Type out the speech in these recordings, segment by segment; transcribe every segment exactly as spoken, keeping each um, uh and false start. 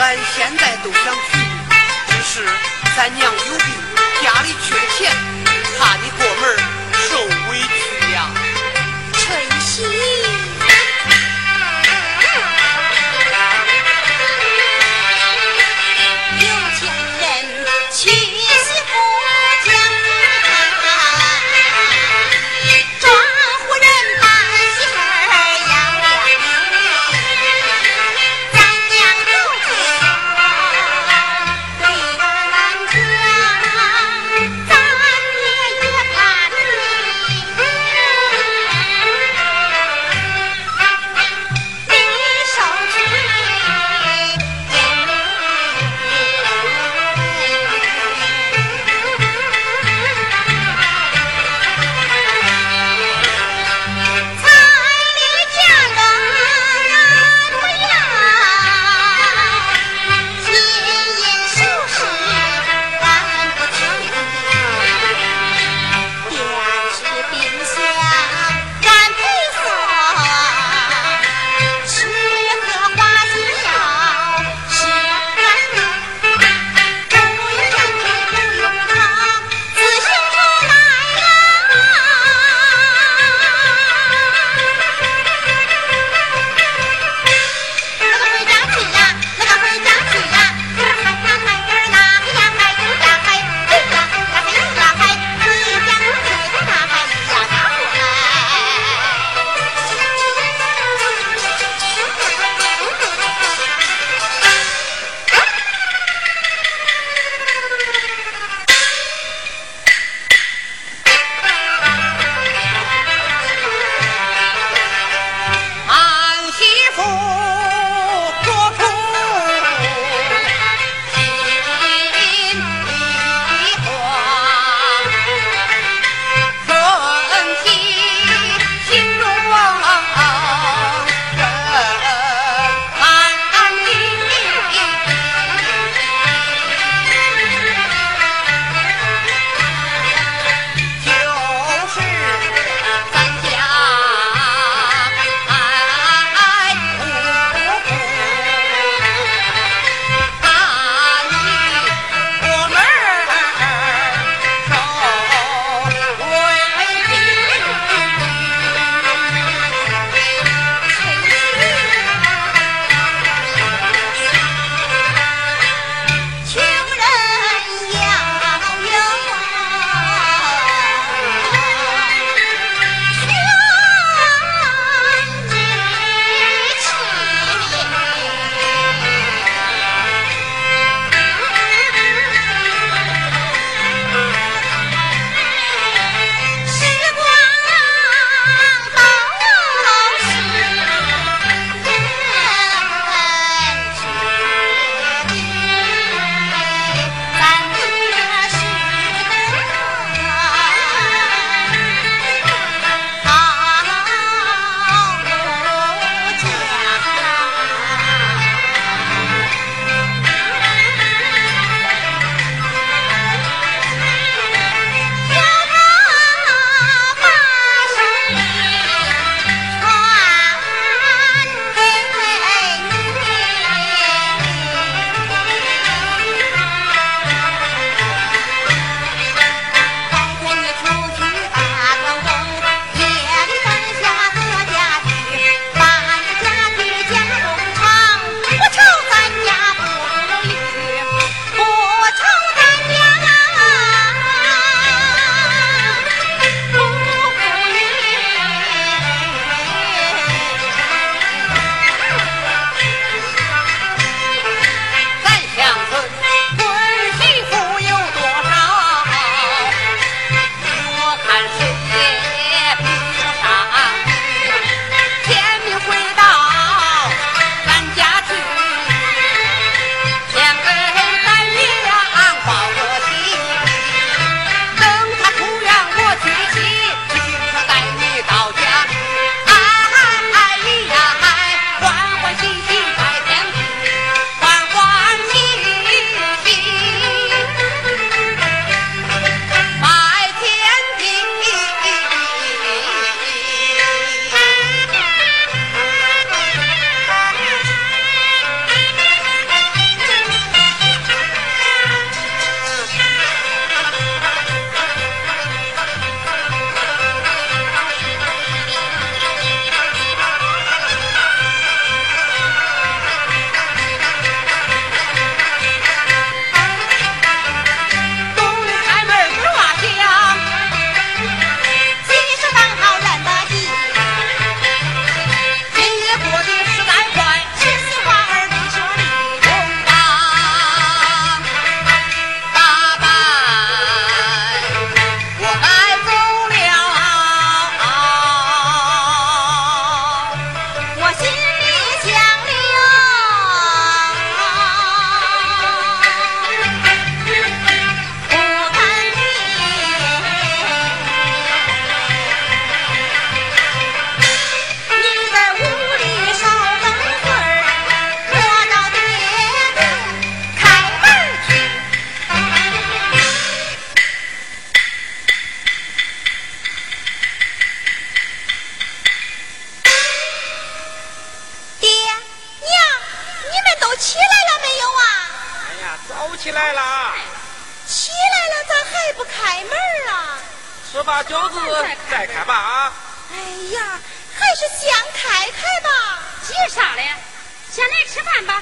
咱现在都想娶，只是咱娘有病，家里缺钱，怕你过门受委屈呀。 春熙，有钱人娶媳妇讲，庄户人把媳妇儿养，咱娘都知对俺讲，咱也越怕你来了没有啊？ 哎呀，早起来了。 起来了，咋还不开门啊？ 吃把饺子再开吧啊！ 哎呀，还是先开开吧。 急啥嘞？先来吃饭吧。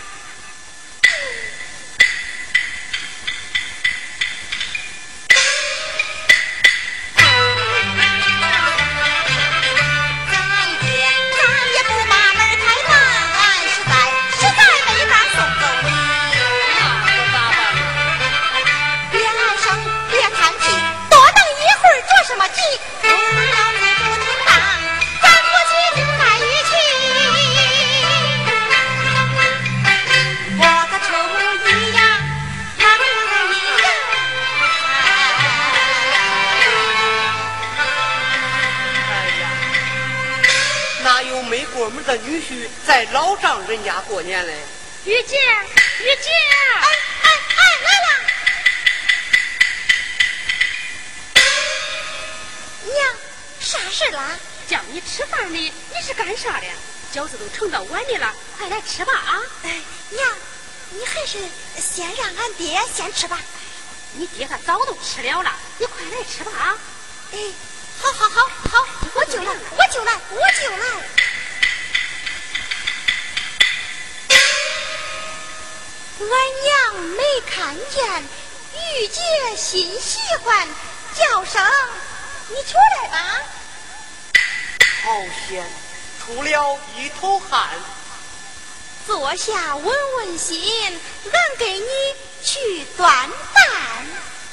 我们的女婿在老丈人家过年嘞。 玉姐，玉姐， 哎哎哎，来了！娘，啥事啦？ 叫你吃饭呢，你是干啥的？饺子都盛到碗里了，快来吃吧啊！ 哎，娘，你还是先让俺爹先吃吧。 你爹他早都吃了了，你快来吃吧啊！ 哎，好好好好，我就来，我就来，我就来。俺娘没看见，玉姐心喜欢，叫声你出来吧。 好险，出了一头汗。 坐下稳稳心，俺给你去端饭。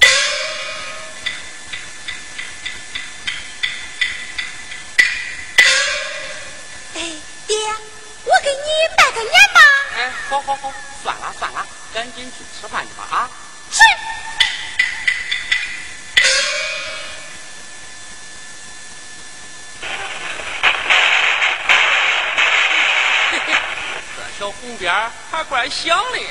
哎，爹，我给你拜个年吧。 哎，好好好，算了算了，赶紧去吃饭去吧啊！ 是。 这小红边还怪响嘞。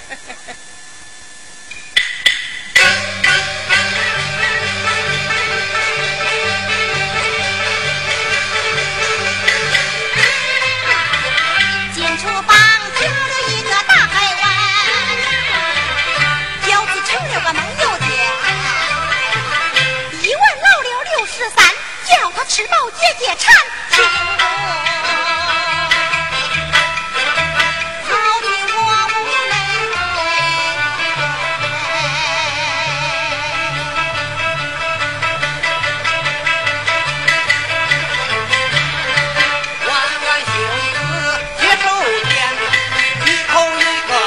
进厨房停了一个大海湾，饺子成了个满油甜，一碗老了六十三，叫他吃饱解解馋。听好听我不万万幸子接受甜，一口一个。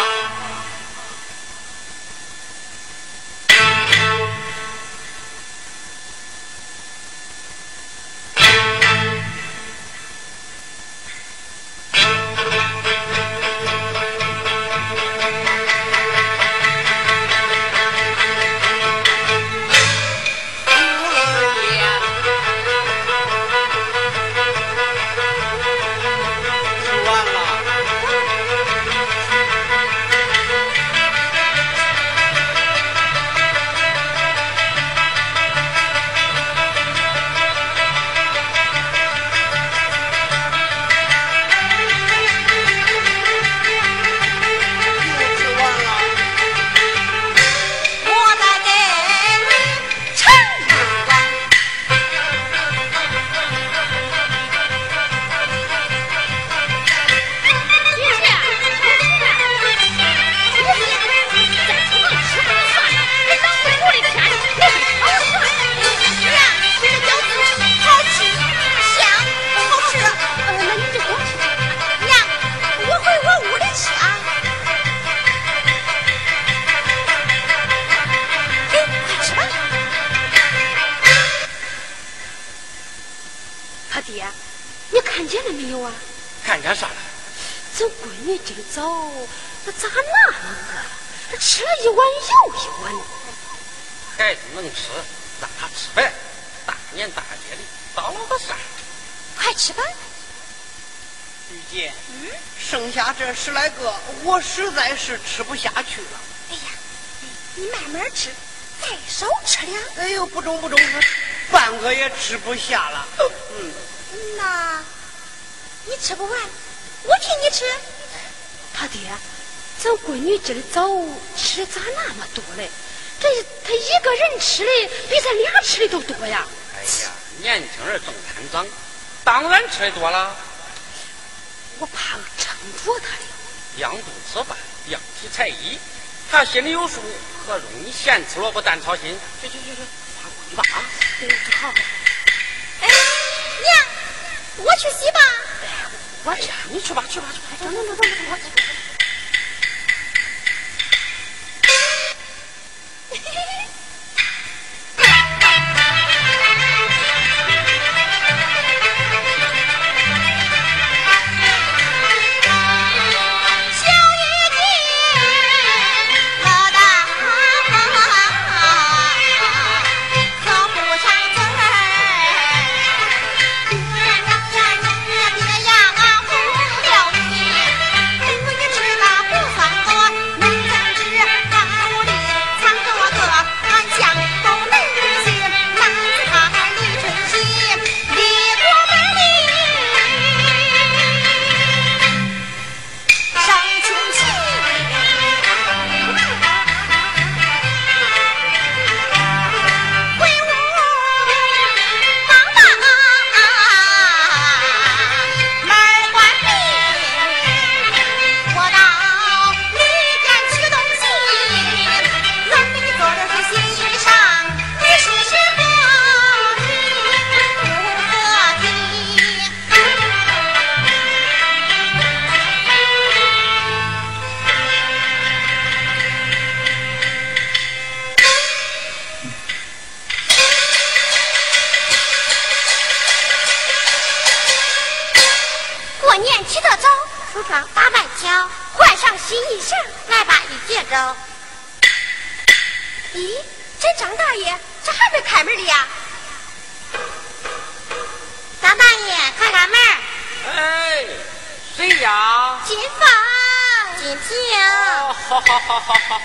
看见啥了？ 咱闺女今早那咋那么饿？这吃了一碗又一碗。 孩子能吃，让他吃呗。大年大节的，到了个啥？ 快吃吧。 玉姐，嗯，剩下这十来个，我实在是吃不下去了。 哎呀，你慢慢吃，再少吃点。 哎呦，不中不中，半个也吃不下了。嗯， 那你吃不完，我替你吃。 他爹， 咱闺女今儿早吃咋那么多嘞？这她一个人吃的比咱俩吃的都多呀！ 哎呀，年轻人动贪脏，当然吃的多了。 我怕撑着她了。 养肚吃饭，养体裁衣，她心里有数，何容你咸吃萝卜淡操心？去去去去，发过去吧啊！ 对，好。 哎，娘，我去洗吧。 我去，你去吧去吧去吧， 走走走走走。咦，这张大爷这还没开门的呀？ 张大爷，开开门。 哎，谁呀？ 金凤，金平。 哦，好好好好好。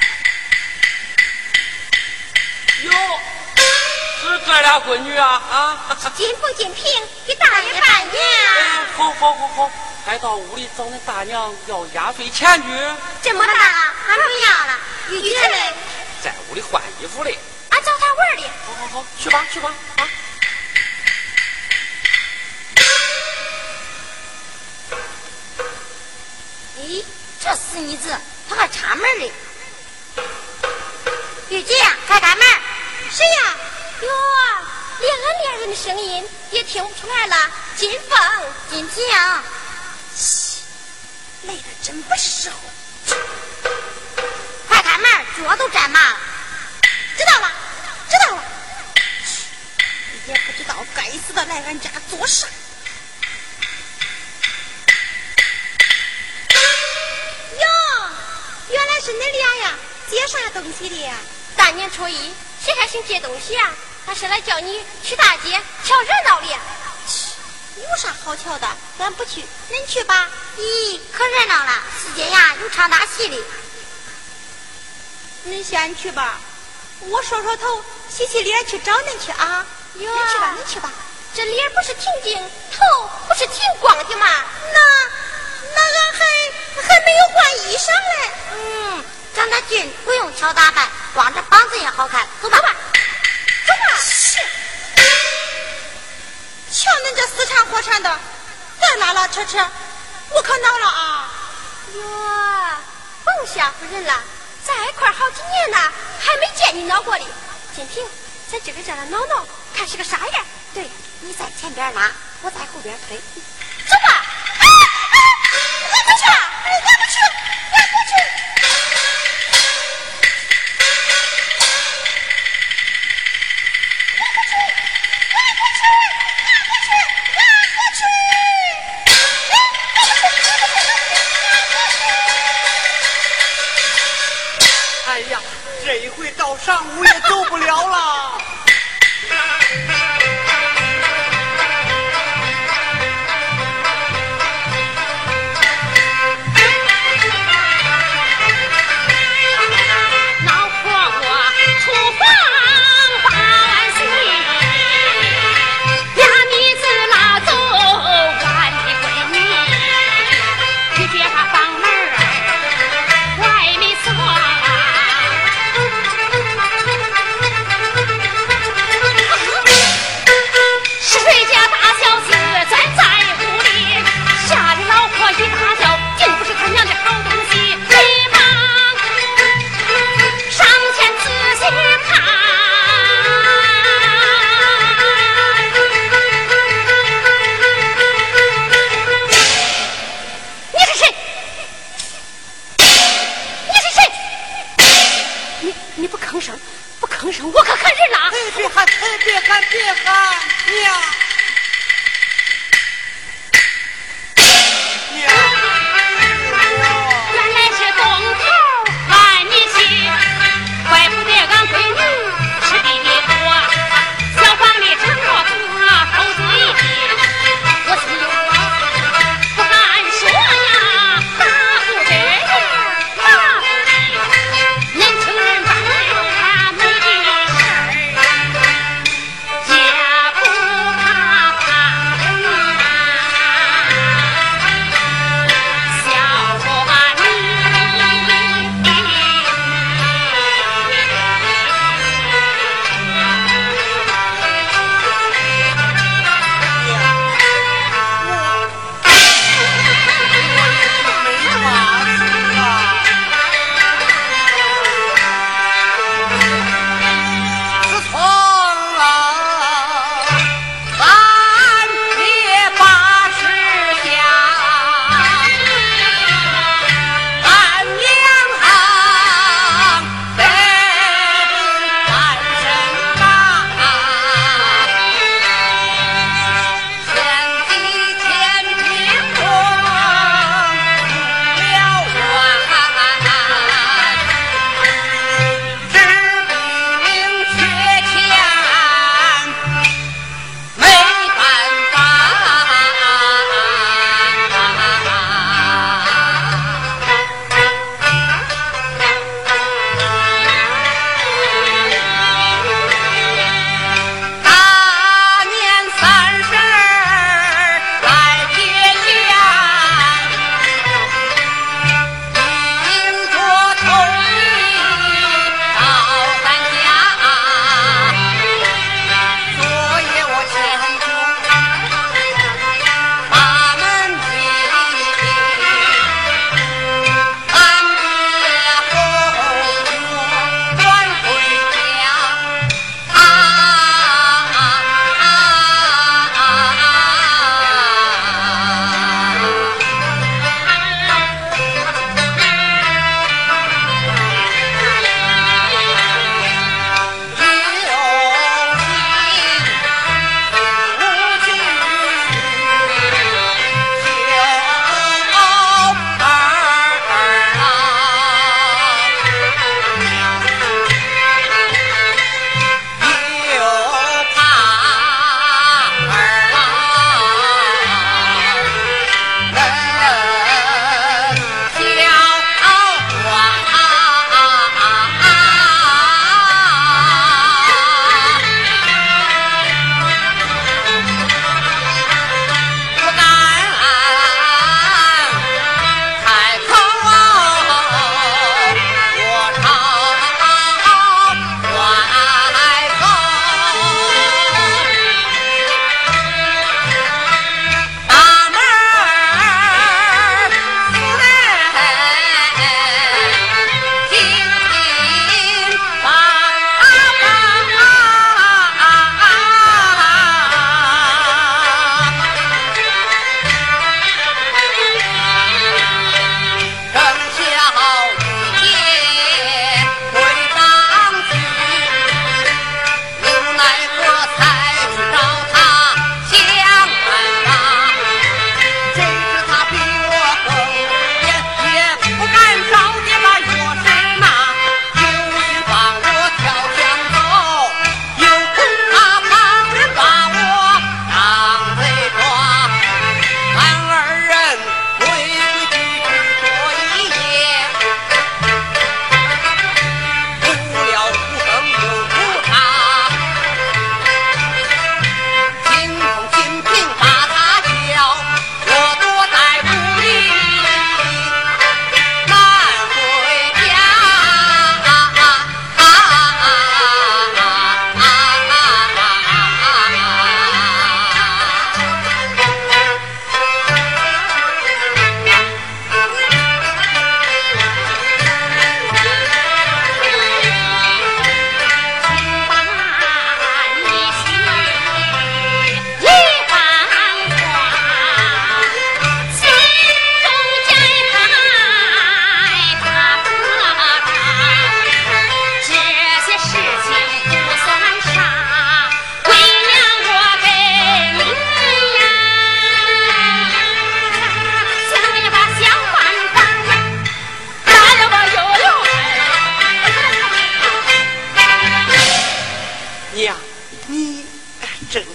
哟，是这俩闺女啊啊！ 金凤、金平给大爷拜年。 哎，好好好好，该到屋里找那大娘要压岁钱去。 这么大了，还不要了？玉姐嘞， 在屋里换衣服嘞。 俺找他玩哩。 好好好，去吧去吧啊！ 咦，这死妮子，他还插门嘞！玉姐，开开门。谁呀？哟，连俺恋人的声音也听不出来了。金凤，金平。来的真不时候。快开门，桌都占满了。知道了，知道了。也不知道该死的来俺家做啥。哟，原来是你俩呀，接啥东西的呀？大年初一，谁还兴接东西呀？他是来叫你去大街瞧热闹的。有啥好瞧的？咱不去，恁去吧。咦，可热闹了，世界呀有场大戏的。恁先去吧，我梳梳头，洗洗脸去找恁去啊。哟，你去吧，你去吧。这脸不是挺净，头不是挺光的吗？那那俺还还没有换衣裳嘞。嗯，张大俊不用挑打扮，光着膀子也好看。走吧，走吧。是。瞧恁这死缠活缠的，再拉拉扯扯，我可恼了啊！哟，甭吓唬人了，在一块好几年了，还没见你恼过哩。金平，咱这个叫他挠挠，看是个啥样。对，你在前边拉，我在后边推。走吧！哎哎，俺不去，俺不去，俺不去。 哎呀，这一回到上午也走不了了。 老婆我出房把俺睡，俩米子拉走俺的闺女，一觉他房门儿吭声，不吭声，我可喊人了。 哎，别喊，哎，别喊，别喊，娘，娘， 原来是东头万年情，怪不得俺闺女吃地的多，小房里承诺不啊，口子一紧，我心有话不敢说呀，大不得大不得，年轻人办了没的事儿，也不怕。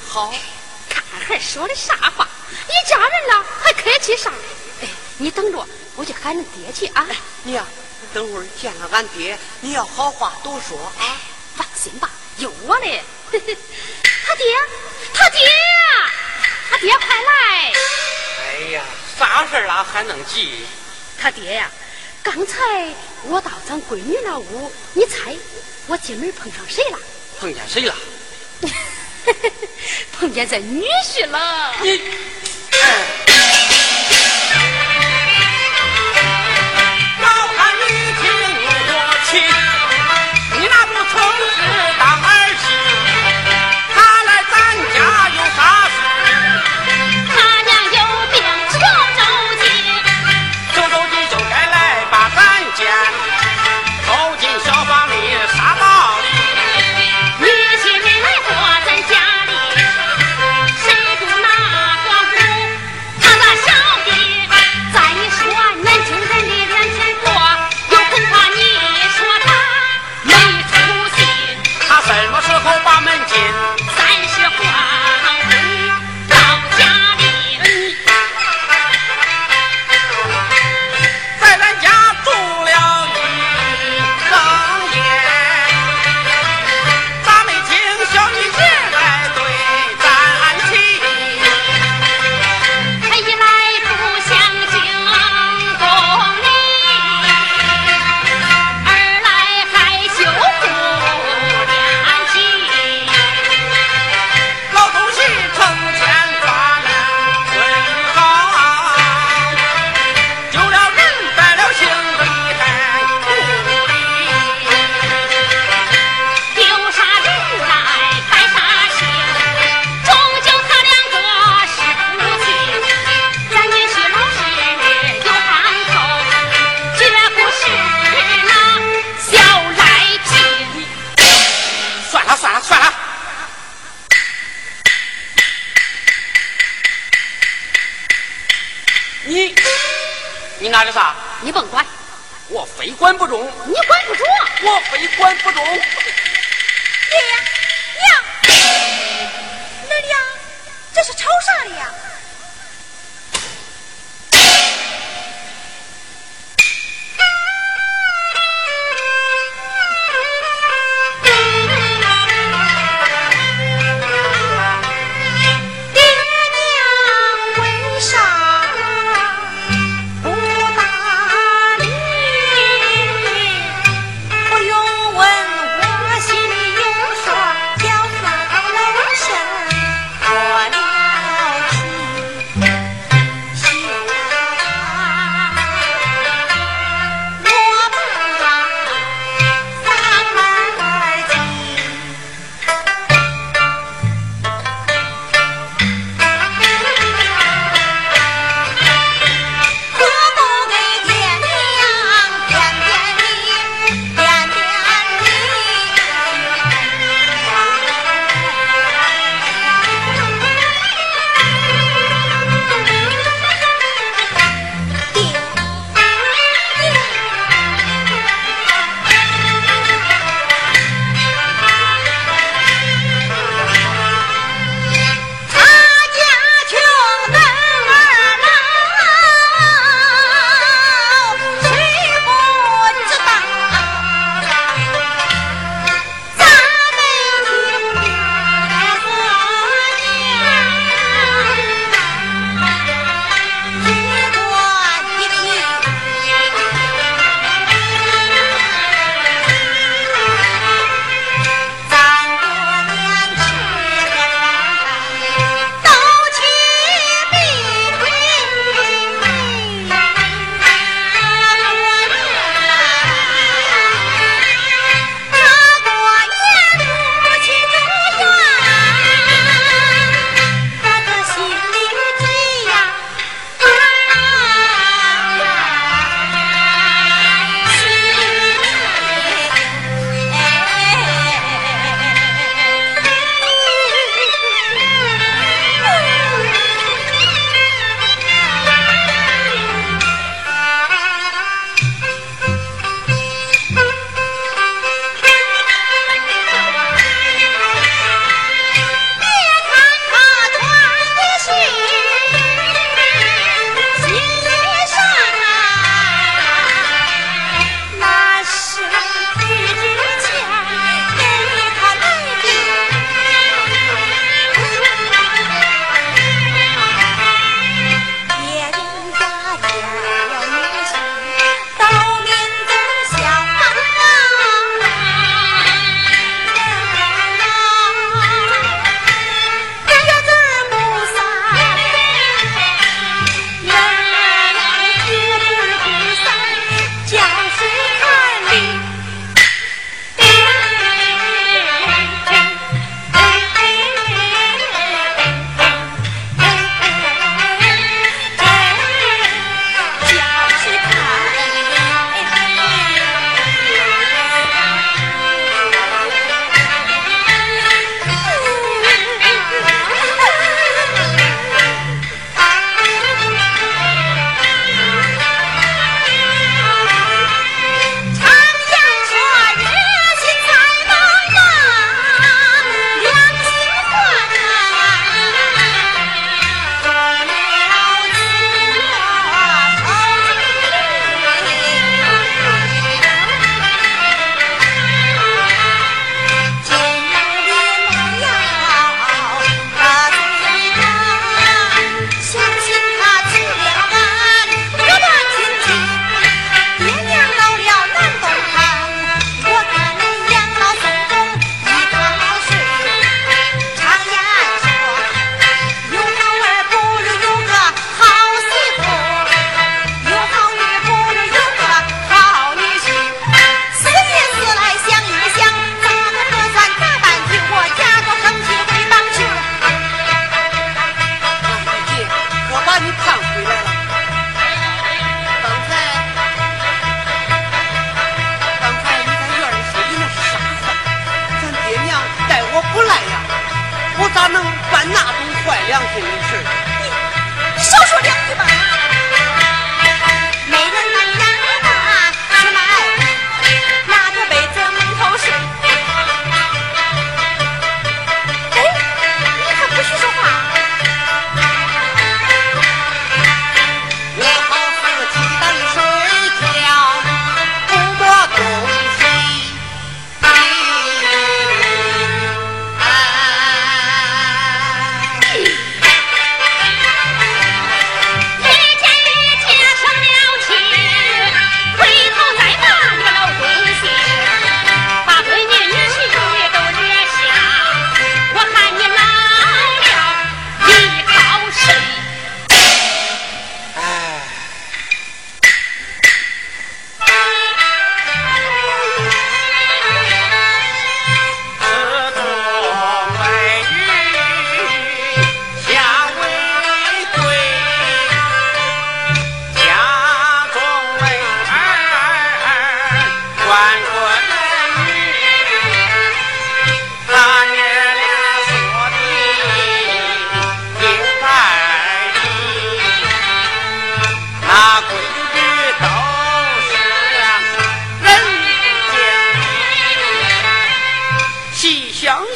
好。 看还说的啥话？一家人了还客气啥？哎，你等着，我去喊恁爹去啊！ 哎，你呀、啊，等会儿见了俺爹，你要好话多说啊。 哎，放心吧，有我嘞。他爹，他爹，他爹快来！ 哎呀，啥事儿啊还能急？ 他爹呀，刚才我到咱闺女那屋，你猜我进门碰上谁了？ 碰见谁了？ 碰见咱女婿了。 你， 哎，老汉你听我去，你那不曾是当儿媳，他来咱家有啥事？ 他娘有病求周济， 周周你就该来把咱见，走进小房里啥道理？ 女婿没来过咱家里，谁住那庄户？他那小弟，在你说年轻人的脸皮薄，又恐怕你说他没出息。 他什么时候把门进？ 咱是黄昏到家里， 在咱家住了一整夜，咱没听小女婿来对咱起， 他一来不相敬公理，二来害羞不联系。 老东西成天发难为好，丢了人败了性子你还不理， 丢啥人来败啥性，终究他两个是夫妻。咱女婿老实有行头，绝不是那小赖皮。 算了算了算了，你你拿着啥？ 你甭管， 我非管不中， 你管不住。 我非管不中。 爹娘，恁俩这是吵啥的呀？爹娘为啥不搭理？不用问，我心里有数，叫算了神，过了去。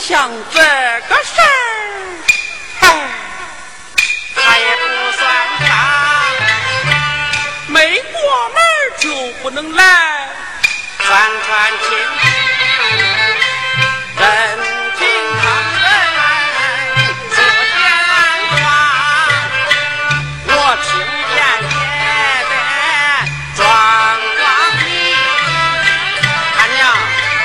想这个事儿，哎， 他也不算差， 没过门就不能来， 串串亲，人情旁人说闲话，我听见也得装装你。看娘，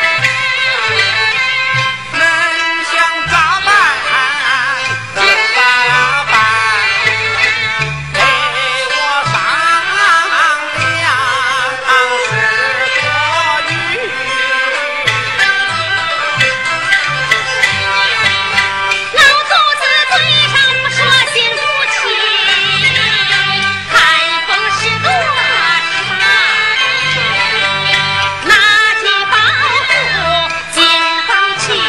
恁想咋办就咋办，给我商量是多余。 老头子嘴上说心不齐，看风是多傻，拿起包袱紧放起。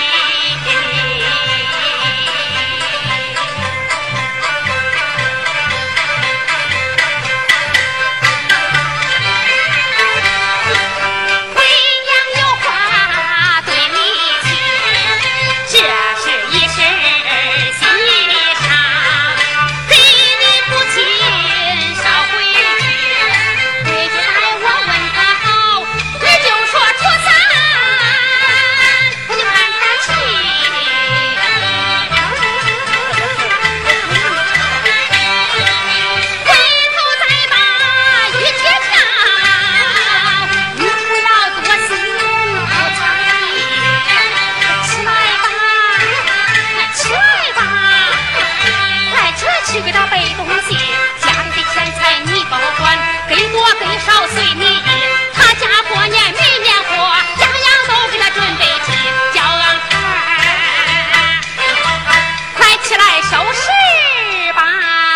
为娘有话对你听，这是一事儿心意上，给你父亲捎回去。回去待我问他好，你就说初三，你看他去。回头再把玉贴上，你不要多心不操心。起来吧，起来吧，快这去给他备东西，家里的钱财你保管，给多给少随你意。他家过年没年货，样样都给他准备齐，叫俺快起来收拾吧。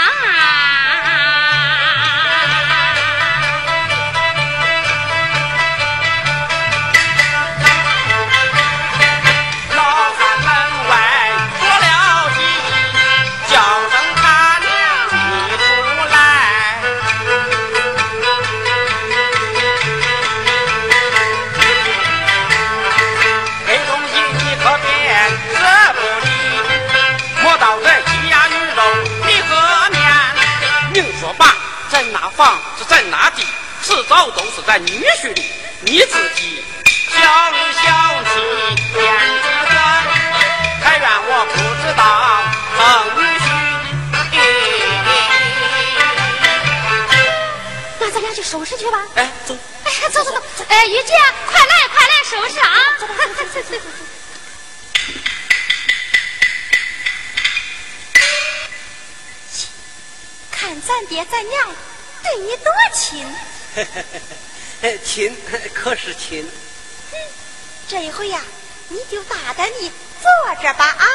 老汉门外说了几句，叫声他娘你出来。给东西你可别舍不理，莫到这鸡鸭鱼肉米和面。 明说吧，咱那房是咱那地，迟早都是咱女婿的，你自己小里小气胭脂转，还怨我不知道疼女婿。 那咱俩去收拾去吧。 哎走。 哎，走走走，哎，玉姐，快来快来收拾啊！走走走走走。 看咱爹咱娘对你多亲， 亲，可是亲。 哼，这一回呀，你就大胆地坐着吧啊！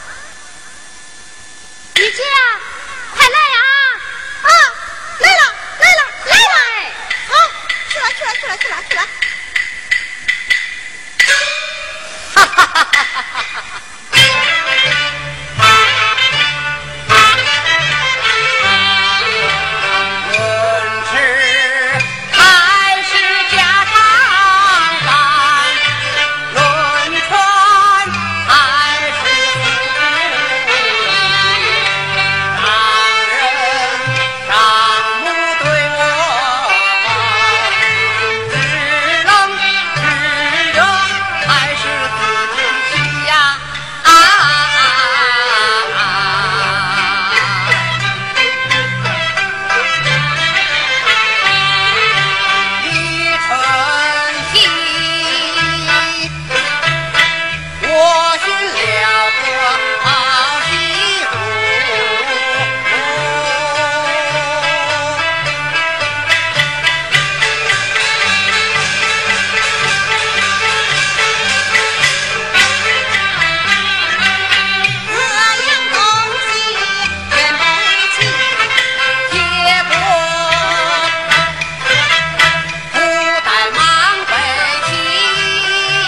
玉姐，快来呀！ 啊，来了来了来了！好，去了去了去了去了去了。 哈哈哈哈哈哈！ 论吃还是家常饭，论穿还是服当人丈母对我知冷知热，还是自己心呀啊！李春熙，我寻了个好媳妇。 这样东西全备齐， 铁锅不带忙背起，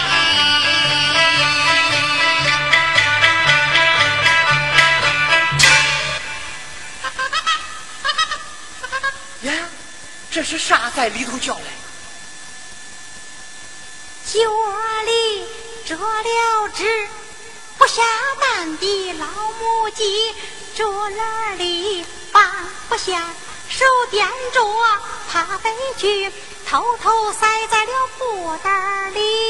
呀，这是啥在里头叫来？ 酒里折了纸， 下蛋的老母鸡，竹篮里放不下，手掂着怕被拒，偷偷塞在了布袋里。